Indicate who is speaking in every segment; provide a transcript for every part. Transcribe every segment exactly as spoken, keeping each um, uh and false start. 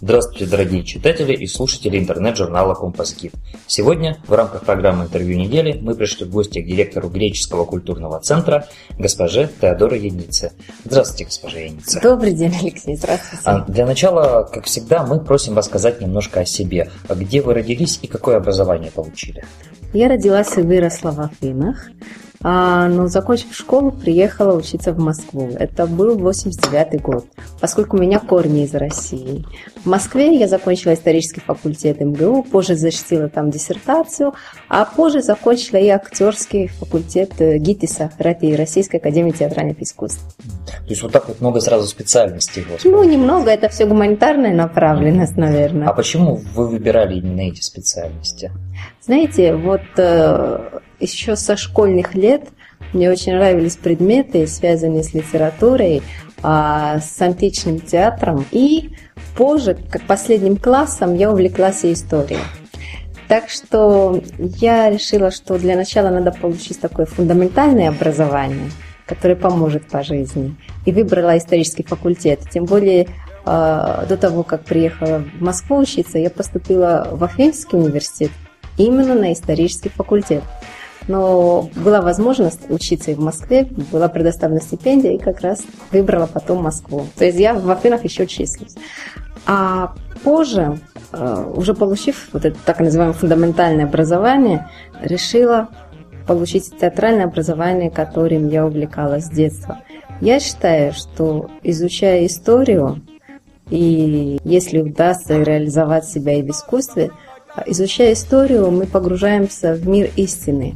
Speaker 1: Здравствуйте, дорогие читатели и слушатели интернет-журнала «Компас-Гид». Сегодня в рамках программы «Интервью недели» мы пришли в гости к директору Греческого культурного центра госпоже Теодоре Янице. Здравствуйте, госпожа Янице.
Speaker 2: Добрый день, Алексей, здравствуйте.
Speaker 1: А для начала, как всегда, мы просим вас сказать немножко о себе. Где вы родились и какое образование получили?
Speaker 2: Я родилась и выросла в Афинах. А, но, закончив школу, приехала учиться в Москву. Это был восемьдесят девятый год, поскольку у меня корни из России. В Москве я закончила исторический факультет эм гэ у, позже защитила там диссертацию, а позже закончила и актерский факультет ГИТИСа, Российской академии театральных искусств.
Speaker 1: То есть вот так вот много сразу специальностей?
Speaker 2: Господи. Ну, немного, это все гуманитарная направленность, наверное.
Speaker 1: А почему вы выбирали именно эти специальности?
Speaker 2: Знаете, вот э, еще со школьных лет мне очень нравились предметы, связанные с литературой, э, с античным театром. И позже, как последним классом, я увлеклась и историей. Так что я решила, что для начала надо получить такое фундаментальное образование, которое поможет по жизни. И выбрала исторический факультет. Тем более, э, до того, как приехала в Москву учиться, я поступила в Афинский университет, именно на исторический факультет. Но была возможность учиться и в Москве, была предоставлена стипендия, и как раз выбрала потом Москву. То есть я в Афинах еще числюсь. А позже, уже получив вот это так называемое фундаментальное образование, решила получить театральное образование, которым я увлекалась с детства. Я считаю, что, изучая историю, и если удастся реализовать себя и в искусстве, изучая историю, мы погружаемся в мир истины.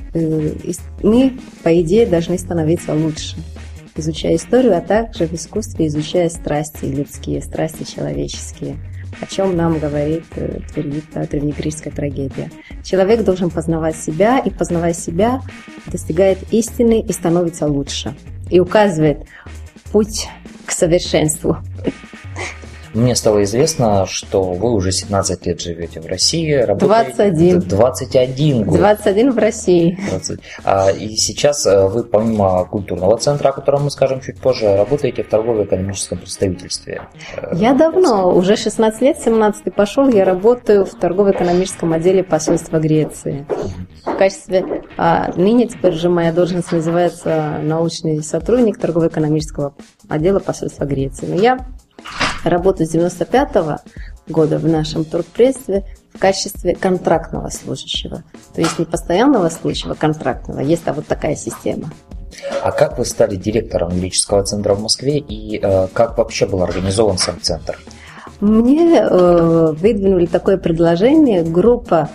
Speaker 2: Мы, по идее, должны становиться лучше, изучая историю, а также в искусстве, изучая страсти людские, страсти человеческие, о чем нам говорит древнегреческая трагедия. Человек должен познавать себя, и, познавая себя, достигает истины и становится лучше, и указывает путь к совершенству.
Speaker 1: Мне стало известно, что вы уже семнадцать лет живете в России. Работаете...
Speaker 2: двадцать один.
Speaker 1: двадцать один год.
Speaker 2: двадцать один в России.
Speaker 1: двадцать. А, и сейчас вы, помимо культурного центра, о котором мы скажем чуть позже, работаете в торгово-экономическом представительстве.
Speaker 2: Я давно, уже шестнадцать лет, семнадцатый пошел, я работаю в торгово-экономическом отделе посольства Греции. В качестве, а, ныне теперь же моя должность называется научный сотрудник торгово-экономического отдела посольства Греции. Но я работаю с девяносто пятого года в нашем торгпредстве в качестве контрактного служащего. То есть не постоянного служащего, а контрактного. Есть вот такая система.
Speaker 1: А как вы стали директором греческого центра в Москве и э, как вообще был организован сам центр?
Speaker 2: Мне э, выдвинули такое предложение группа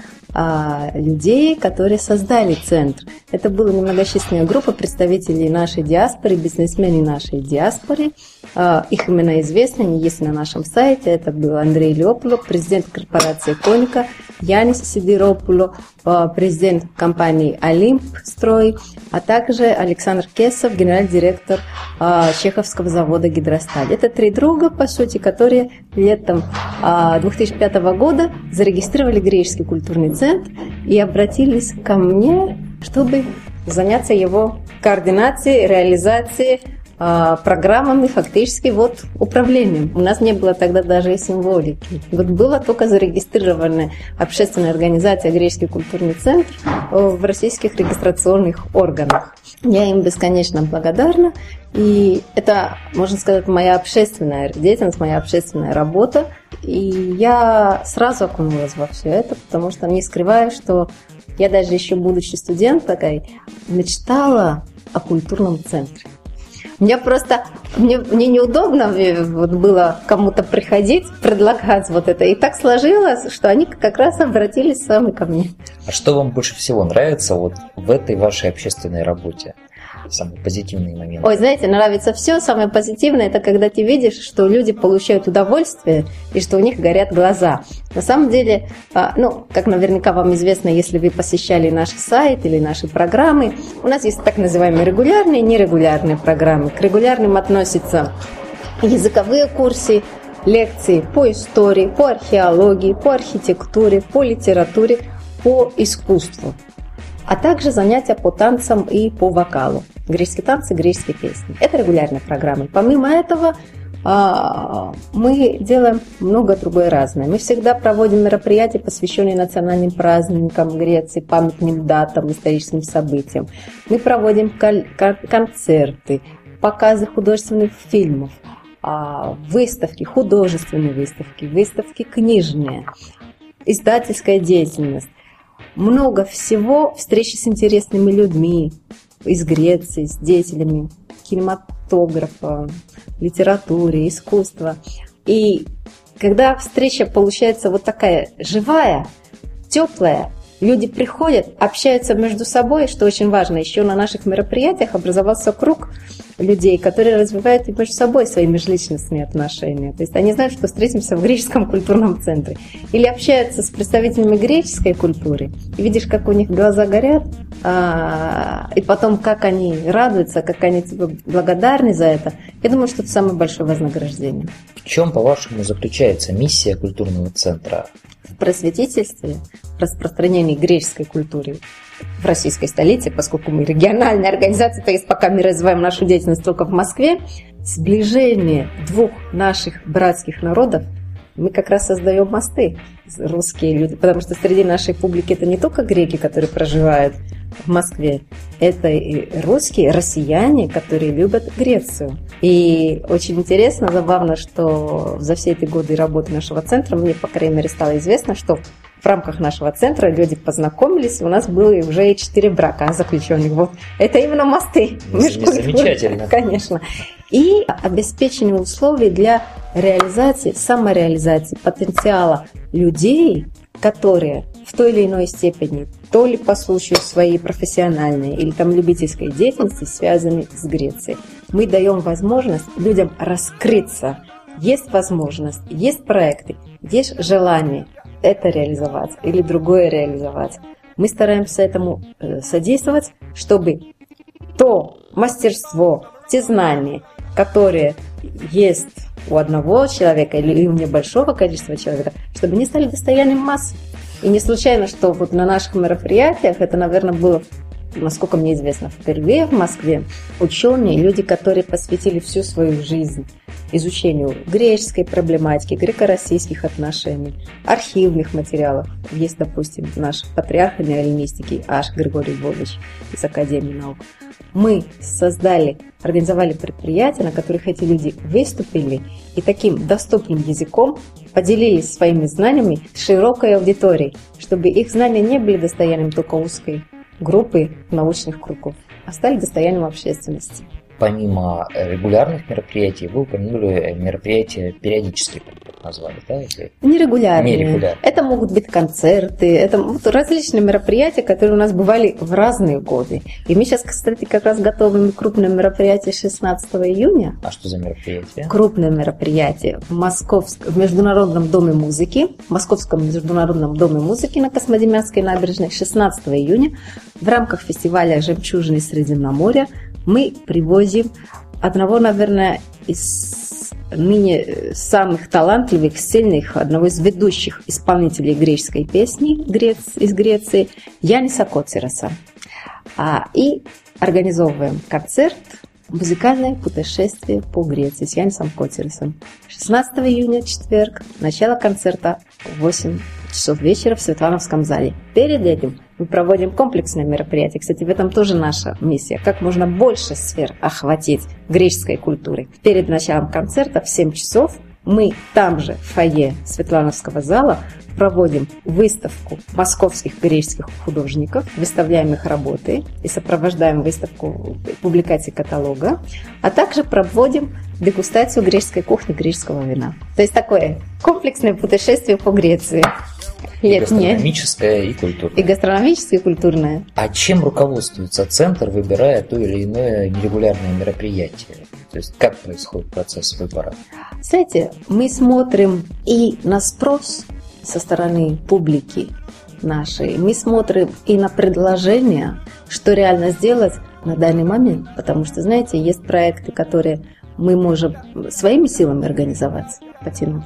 Speaker 2: людей, которые создали центр. Это была немногочисленная группа представителей нашей диаспоры, бизнесмены нашей диаспоры. Их имена известны, они есть на нашем сайте. Это был Андрей Леопуло, президент корпорации «Коника», Янис Сидиропуло, президент компании «Олимп Строй», а также Александр Кесов, генеральный директор Чеховского завода «Гидросталь». Это три друга, по сути, которые летом две тысячи пятого года зарегистрировали греческий культурный центр и обратились ко мне, чтобы заняться его координацией, реализацией, программами, фактически вот управлением. У нас не было тогда даже и символики. Вот была только зарегистрированная общественная организация «Греческий культурный центр» в российских регистрационных органах. Я им бесконечно благодарна. И это, можно сказать, моя общественная деятельность, моя общественная работа. И я сразу окунулась во все это, потому что не скрываю, что я даже еще будучи студенткой мечтала о культурном центре. Мне просто, мне, мне неудобно вот было кому-то приходить, предлагать вот это. И так сложилось, что они как раз обратились сами ко мне.
Speaker 1: А что вам больше всего нравится вот в этой вашей общественной работе? Самые позитивные моменты.
Speaker 2: Ой, знаете, нравится все. Самое позитивное – это когда ты видишь, что люди получают удовольствие и что у них горят глаза. На самом деле, ну, как наверняка вам известно, если вы посещали наш сайт или наши программы, у нас есть так называемые регулярные и нерегулярные программы. К регулярным относятся языковые курсы, лекции по истории, по археологии, по архитектуре, по литературе, по искусству, а также занятия по танцам и по вокалу. Греческие танцы, греческие песни. Это регулярные программы. Помимо этого, мы делаем много другое разное. Мы всегда проводим мероприятия, посвященные национальным праздникам Греции, памятным датам, историческим событиям. Мы проводим концерты, показы художественных фильмов, выставки, художественные выставки, выставки книжные, издательская деятельность. Много всего, встречи с интересными людьми из Греции, с деятелями кинематографа, литературы, искусства. И когда встреча получается вот такая живая, теплая, люди приходят, общаются между собой, что очень важно. Еще на наших мероприятиях образовался круг людей, которые развивают между собой свои межличностные отношения. То есть они знают, что встретимся в греческом культурном центре. Или общаются с представителями греческой культуры. И видишь, как у них глаза горят, а, и потом, как они радуются, как они тебе благодарны за это. Я думаю, что это самое большое вознаграждение.
Speaker 1: В чем, по-вашему, заключается миссия культурного центра?
Speaker 2: В просветительстве, в распространении греческой культуры в российской столице, поскольку мы региональная организация, то есть пока мы развиваем нашу деятельность только в Москве, сближение двух наших братских народов, мы как раз создаем мосты, русские люди, потому что среди нашей публики это не только греки, которые проживают в Москве, это и русские, россияне, которые любят Грецию. И очень интересно, забавно, что за все эти годы работы нашего центра мне, по крайней мере, стало известно, что в рамках нашего центра люди познакомились, у нас было уже и четыре брака заключенных. Вот. Это именно мосты.
Speaker 1: Замечательно.
Speaker 2: Конечно. И обеспечение условий для реализации, самореализации потенциала людей, которые в той или иной степени, то ли по случаю своей профессиональной или там любительской деятельности, связаны с Грецией. Мы даем возможность людям раскрыться. Есть возможность, есть проекты, есть желание это реализовать или другое реализовать. Мы стараемся этому содействовать, чтобы то мастерство, те знания, которые есть у одного человека или у небольшого количества человека, чтобы они стали достоянием масс. И не случайно, что вот на наших мероприятиях, это, наверное, было, насколько мне известно, впервые в Москве, ученые, люди, которые посвятили всю свою жизнь изучению греческой проблематики, греко-российских отношений, архивных материалов. Есть, допустим, наш патриарх неолинистики Аш Григорий Львович из Академии наук. Мы создали, организовали предприятия, на которых эти люди выступили и таким доступным языком поделились своими знаниями с широкой аудиторией, чтобы их знания не были достоянием только узкой группы научных кругов, а стали достоянием общественности.
Speaker 1: Помимо регулярных мероприятий, вы упомянули мероприятия периодические, назвали, да? Если...
Speaker 2: Нерегулярные.
Speaker 1: Нерегулярные.
Speaker 2: Это могут быть концерты, это вот различные мероприятия, которые у нас бывали в разные годы. И мы сейчас, кстати, как раз готовим крупное мероприятие шестнадцатого июня.
Speaker 1: А что за мероприятие?
Speaker 2: Крупное мероприятие в, Московск... в Международном доме музыки, в Московском Международном доме музыки на Космодемьянской набережной шестнадцатого июня в рамках фестиваля «Жемчужины Средиземноморья» мы привозим одного, наверное, из ныне самых талантливых, сильных, одного из ведущих исполнителей греческой песни из Греции, Яниса Коцероса. И организовываем концерт «Музыкальное путешествие по Греции» с Янисом Коцеросом. шестнадцатого июня, четверг, начало концерта в восемь часов вечера в Светлановском зале. Перед этим мы проводим комплексное мероприятие. Кстати, в этом тоже наша миссия. Как можно больше сфер охватить греческой культурой. Перед началом концерта в семь часов мы там же, в фойе Светлановского зала, проводим выставку московских греческих художников, выставляем их работы и сопровождаем выставку публикации каталога, а также проводим дегустацию греческой кухни, греческого вина. То есть такое комплексное путешествие по Греции.
Speaker 1: И гастрономическое, и культурное.
Speaker 2: И гастрономическое, и культурное.
Speaker 1: А чем руководствуется центр, выбирая то или иное нерегулярное мероприятие? То есть как происходит процесс выбора?
Speaker 2: Знаете, мы смотрим и на спрос со стороны публики нашей, мы смотрим и на предложения, что реально сделать на данный момент. Потому что, знаете, есть проекты, которые мы можем своими силами организовать, потянуть.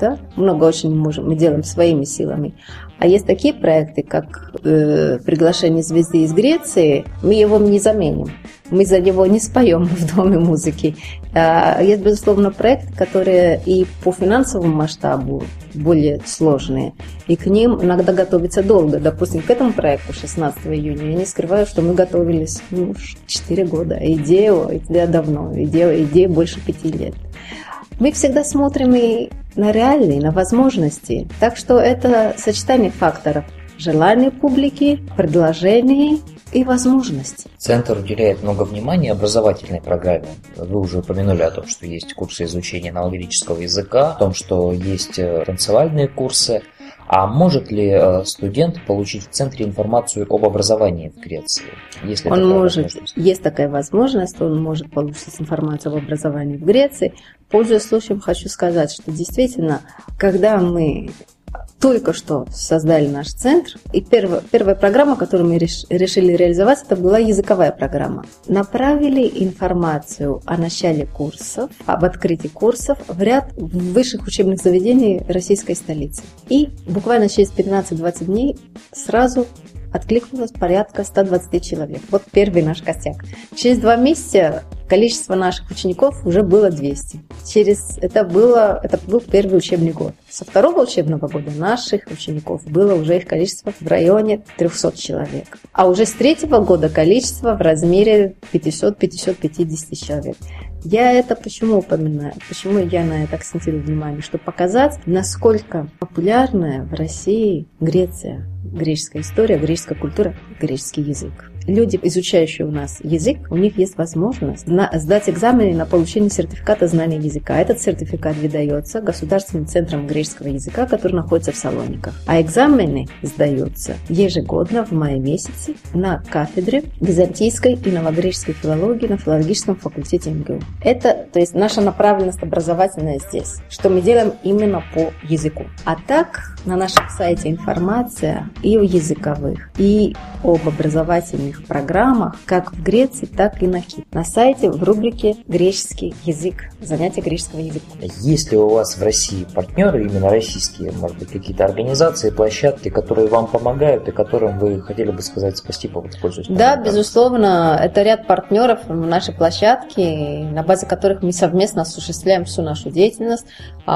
Speaker 2: правда. Много очень мы, можем, мы делаем своими силами. А есть такие проекты, как э, приглашение звезды из Греции. Мы его не заменим. Мы за него не споем в Доме музыки. А есть, безусловно, проекты, которые и по финансовому масштабу более сложные. И к ним иногда готовиться долго. Допустим, к этому проекту шестнадцатого июня я не скрываю, что мы готовились ну, четыре года. Идея, идея давно. Идея, идея больше пяти лет. Мы всегда смотрим и на реальные, на возможности. Так что это сочетание факторов. Желание публики, предложений и возможностей.
Speaker 1: Центр уделяет много внимания образовательной программе. Вы уже упомянули о том, что есть курсы изучения аналогического языка, о том, что есть танцевальные курсы. А может ли студент получить в центре информацию об образовании в Греции? Есть ли
Speaker 2: он
Speaker 1: такая
Speaker 2: может,
Speaker 1: возможность?
Speaker 2: Есть такая возможность, он может получить информацию об образовании в Греции. Пользуясь случаем, хочу сказать, что действительно, когда мы только что создали наш центр, и первая, первая программа, которую мы реш, решили реализовать, это была языковая программа. Направили информацию о начале курсов, об открытии курсов в ряд высших учебных заведений российской столицы. И буквально через пятнадцать-двадцать дней сразу откликнулось порядка ста двадцати человек. Вот первый наш костяк. Через два месяца количество наших учеников уже было двести. Через это, было, это был первый учебный год. Со второго учебного года наших учеников было уже их количество в районе трехсот человек. А уже с третьего года количество в размере пятьсот-пятьсот пятьдесят человек. Я это почему упоминаю? Почему я на это акцентирую внимание? Чтобы показать, насколько популярная в России Греция, греческая история, греческая культура, греческий язык. Люди, изучающие у нас язык, у них есть возможность сдать экзамены на получение сертификата знания языка. Этот сертификат выдается Государственным центром греческого языка, который находится в Салониках. А экзамены сдаются ежегодно в мае месяце на кафедре византийской и новогреческой филологии на филологическом факультете эм гэ у. Это, то есть, наша направленность образовательная здесь, что мы делаем именно по языку. А так, на нашем сайте информация и о языковых, и об образовательных программах, как в Греции, так и на Кипре. На сайте в рубрике «Греческий язык», занятия греческого языка.
Speaker 1: Есть ли у вас в России партнеры, именно российские, может быть, какие-то организации, площадки, которые вам помогают и которым вы хотели бы сказать спасибо, пользуясь?
Speaker 2: Да, безусловно, это ряд партнеров в нашей площадке, на базе которых мы совместно осуществляем всю нашу деятельность.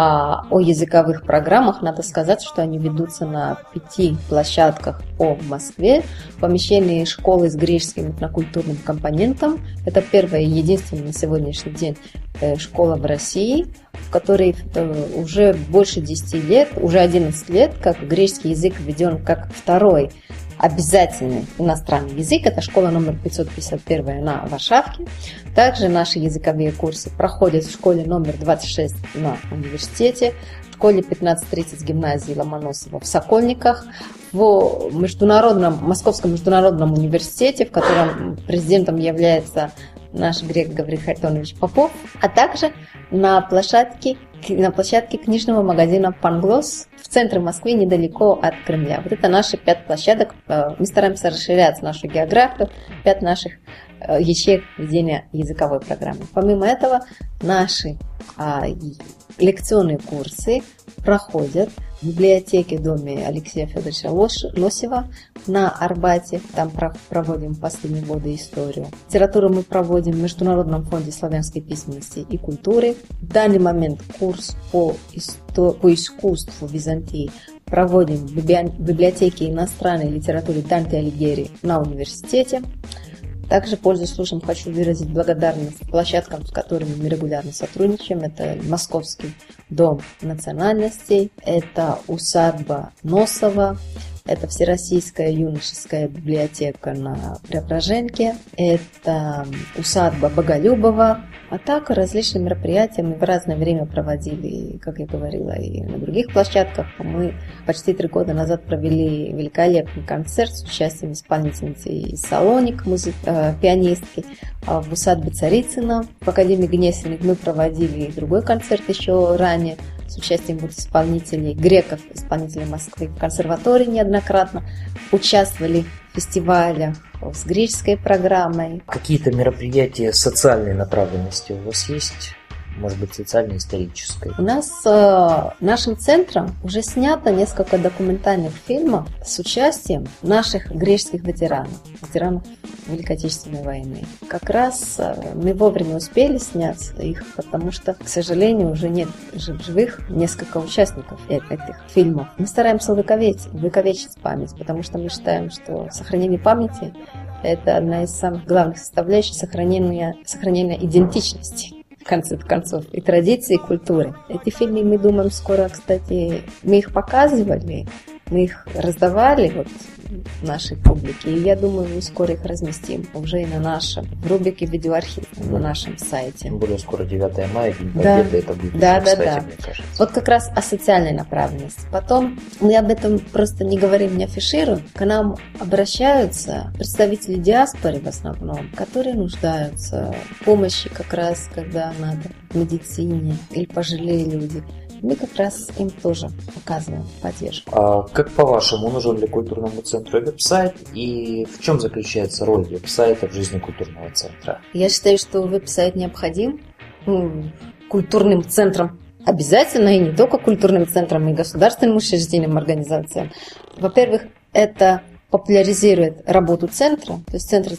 Speaker 2: А о языковых программах надо сказать, что они ведутся на пяти площадках по Москве. В помещении школы с греческим этнокультурным компонентом. Это первая и единственная на сегодняшний день школа в России, в которой уже больше десяти лет, уже одиннадцать лет, как греческий язык введен как второй обязательный иностранный язык. Это школа номер пятьсот пятьдесят один на Варшавке. Также наши языковые курсы проходят в школе номер двадцать шесть на университете, в школе пятнадцать тридцать гимназии Ломоносова в Сокольниках, в международном, Московском международном университете, в котором президентом является наш грек Гаврил Харитонович Попов, а также на площадке, на площадке книжного магазина «Панглос» в центре Москвы, недалеко от Кремля. Вот это наши пять площадок. Мы стараемся расширять нашу географию, пять наших ячеек ведения языковой программы. Помимо этого, наши а, лекционные курсы проходят в библиотеке в доме Алексея Федоровича Лосева на Арбате. Там проводим последние годы историю. Литературу мы проводим в Международном фонде славянской письменности и культуры. В данный момент курс по, исто... по искусству Византии проводим в библиотеке иностранной литературы Данте Алигьери на университете. Также, пользуясь случаем, хочу выразить благодарность площадкам, с которыми мы регулярно сотрудничаем. Это Московский дом национальностей, это усадьба Носова, это Всероссийская юношеская библиотека на Преображенке, это усадьба Боголюбова. А так, различные мероприятия мы в разное время проводили, как я говорила, и на других площадках. Мы почти три года назад провели великолепный концерт с участием исполнительницы из Салоник, музы... э, пианистки, в усадьбе Царицына. В Академии Гнесиных мы проводили другой концерт еще ранее с участием вот исполнителей, греков, исполнителей Москвы. В консерватории неоднократно участвовали в фестивалях с греческой программой.
Speaker 1: Какие-то мероприятия социальной направленности у вас есть? может быть, социально-исторической?
Speaker 2: У нас э, нашим центром уже снято несколько документальных фильмов с участием наших греческих ветеранов, ветеранов Великой Отечественной войны. Как раз э, мы вовремя успели снять их, потому что, к сожалению, уже нет в живых несколько участников этих фильмов. Мы стараемся увековечить, увековечить память, потому что мы считаем, что сохранение памяти – это одна из самых главных составляющих сохранения, сохранения идентичности, в конце концов, и традиции, и культуры. Эти фильмы, мы думаем, скоро, кстати, мы их показывали, мы их раздавали вот нашей публике, и я думаю, мы скоро их разместим уже и на нашем, в рубрике «Видеоархив» на нашем сайте.
Speaker 1: Тем более скоро девятое мая, День
Speaker 2: да.
Speaker 1: Победы, это будет
Speaker 2: да,
Speaker 1: очень
Speaker 2: да,
Speaker 1: кстати,
Speaker 2: да.
Speaker 1: мне кажется.
Speaker 2: Вот как раз о социальной направленности. Потом мы об этом просто не говорим, не афишируем. К нам обращаются представители диаспоры в основном, которые нуждаются в помощи как раз, когда надо в медицине или пожилые люди. Мы как раз им тоже оказываем поддержку.
Speaker 1: А как по-вашему, нужен ли культурному центру веб-сайт и в чем заключается роль веб-сайта в жизни культурного центра?
Speaker 2: Я считаю, что веб-сайт необходим культурным центрам. Обязательно, и не только культурным центрам, и государственным учреждениям, организациям. Во-первых, это популяризирует работу центра, то есть центр,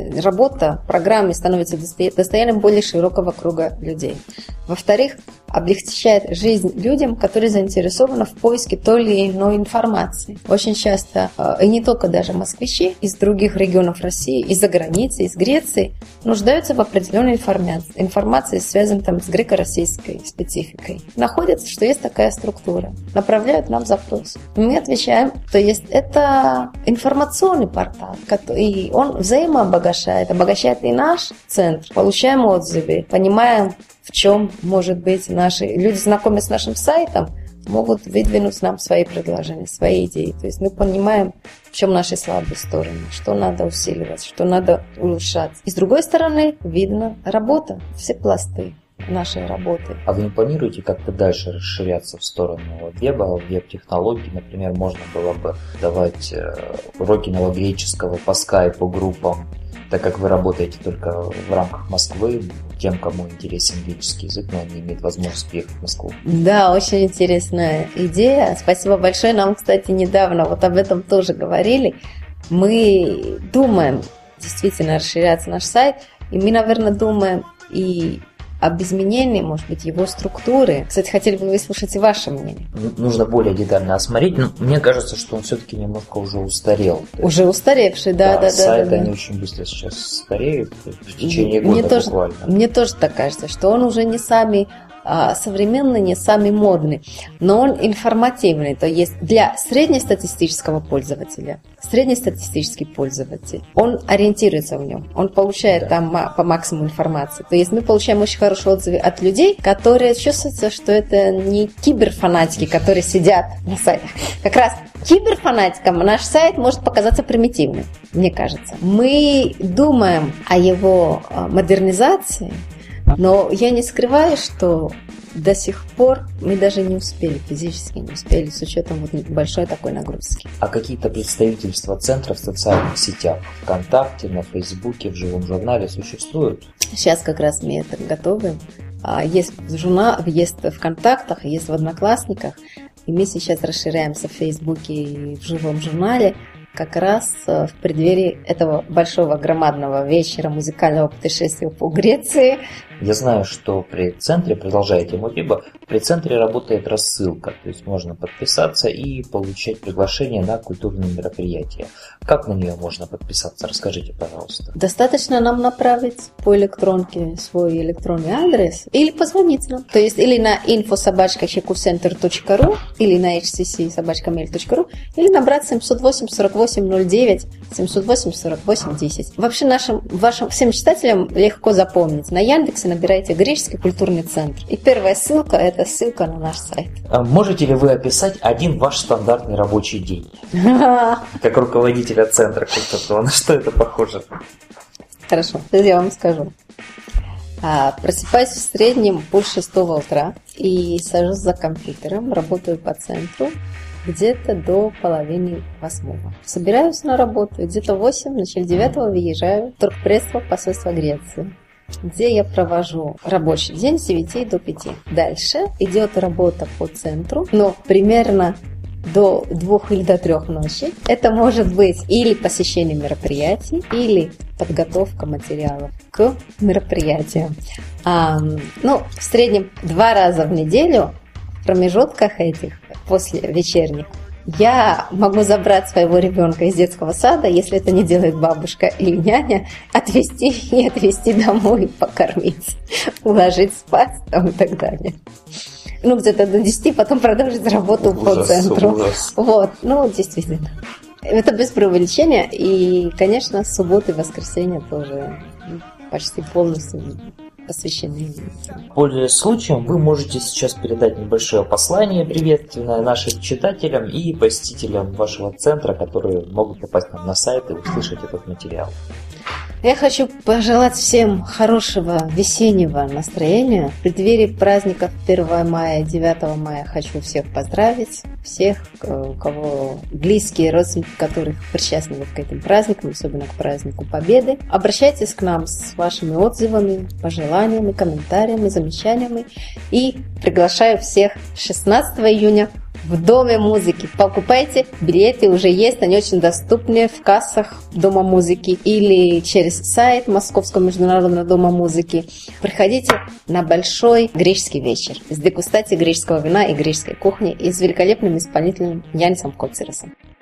Speaker 2: работа программы становится достоянием более широкого круга людей. Во-вторых, облегчает жизнь людям, которые заинтересованы в поиске той или иной информации. Очень часто, и не только даже москвичи из других регионов России, из-за границы, из Греции, нуждаются в определенной информации, информации, связанной там, с греко-российской спецификой. Находят, что есть такая структура, направляют нам запрос. Мы отвечаем, что есть это информационный портал, и он взаимообогащает, обогащает и наш центр. Получаем отзывы, понимаем, в чем, может быть, наши люди, знакомые с нашим сайтом, могут выдвинуть нам свои предложения, свои идеи. То есть мы понимаем, в чем наши слабые стороны, что надо усиливать, что надо улучшать. И с другой стороны, видно работа, все пласты нашей работы.
Speaker 1: А вы не планируете как-то дальше расширяться в сторону веба, веб-технологий? Например, можно было бы давать уроки новогреческого по скайпу группам, так как вы работаете только в рамках Москвы, тем, кому интересен греческий язык, но они имеют возможность приехать в Москву.
Speaker 2: Да, очень интересная идея. Спасибо большое. Нам, кстати, недавно вот об этом тоже говорили. Мы думаем действительно расширяться наш сайт, и мы, наверное, думаем и об изменении, может быть, его структуры. Кстати, хотели бы выслушать и ваше мнение.
Speaker 1: Нужно более детально осмотреть, но мне кажется, что он все-таки немножко уже устарел.
Speaker 2: Уже устаревший, да, да, да.
Speaker 1: Сайты,
Speaker 2: да, да.
Speaker 1: они очень быстро сейчас стареют, в течение года
Speaker 2: мне тоже,
Speaker 1: буквально.
Speaker 2: Мне тоже так кажется, что он уже не самый а, современный, не самый модный, но он информативный, то есть для среднестатистического пользователя, среднестатистический пользователь, он ориентируется в нем, он получает да. там по максимуму информации. То есть мы получаем очень хорошие отзывы от людей, которые чувствуются, что это не киберфанатики, которые сидят на сайтах. Как раз киберфанатикам наш сайт может показаться примитивным, мне кажется. Мы думаем о его модернизации, но я не скрываю, что до сих пор мы даже не успели, физически не успели, с учетом вот большой такой нагрузки.
Speaker 1: А какие-то представительства центра в социальных сетях, ВКонтакте, на Фейсбуке, в живом журнале существуют?
Speaker 2: Сейчас как раз мы это готовим. Есть в журнале, есть в ВКонтактах, есть в Одноклассниках. И мы сейчас расширяемся в Фейсбуке и в живом журнале как раз в преддверии этого большого громадного вечера музыкального путешествия по Греции.
Speaker 1: Я знаю, что при центре, продолжая тему веба, при центре работает рассылка, то есть можно подписаться и получать приглашение на культурные мероприятия. Как на нее можно подписаться? Расскажите, пожалуйста.
Speaker 2: Достаточно нам направить по электронке свой электронный адрес или позвонить нам. То есть или на инфо собака чекуцентр точка ру или на эйч си си собака мейл точка ру или набрать семь ноль восемь сорок восемь ноль девять семь ноль восемь сорок восемь десять. Вообще нашим, вашим всем читателям легко запомнить. На Яндексе набирайте «Греческий культурный центр». И первая ссылка – это ссылка на наш сайт.
Speaker 1: А можете ли вы описать один ваш стандартный рабочий день? Как руководителя центра культурного. На что это похоже?
Speaker 2: Хорошо, я вам скажу. Просыпаюсь в среднем пол шестого утра и сажусь за компьютером, работаю по центру где-то до половины восьмого. Собираюсь на работу, где-то в восемь, в начале девятого выезжаю в торгпредство посольства Греции. где я провожу рабочий день с девяти до пяти. Дальше идет работа по центру, но примерно до двух или до трех ночи. Это может быть или посещение мероприятий, или подготовка материалов к мероприятиям. А, ну, в среднем два раза в неделю в промежутках этих, после вечерних, я могу забрать своего ребенка из детского сада, если это не делает бабушка или няня, отвезти и отвезти домой, покормить, уложить спать там, и так далее. Ну, где-то до десяти, потом продолжить работу ужас, по центру. Ужас. Вот, ну, действительно. Это без преувеличения. И, конечно, субботы и воскресенья тоже почти полностью посвящены.
Speaker 1: Пользуясь случаем, вы можете сейчас передать небольшое послание приветственное нашим читателям и посетителям вашего центра, которые могут попасть нам на сайт и услышать этот материал.
Speaker 2: Я хочу пожелать всем хорошего весеннего настроения. В преддверии праздников первого мая и девятого мая хочу всех поздравить. Всех, у кого близкие, родственники, которых причастны к этим праздникам, особенно к празднику Победы. Обращайтесь к нам с вашими отзывами, пожеланиями, комментариями, замечаниями. И приглашаю всех шестнадцатого июня в Доме музыки. Покупайте, билеты уже есть, они очень доступны в кассах Дома музыки или через сайт Московского международного дома музыки. Приходите на большой греческий вечер с дегустацией греческого вина и греческой кухни и с великолепным исполнителем Янисом Коцеросом.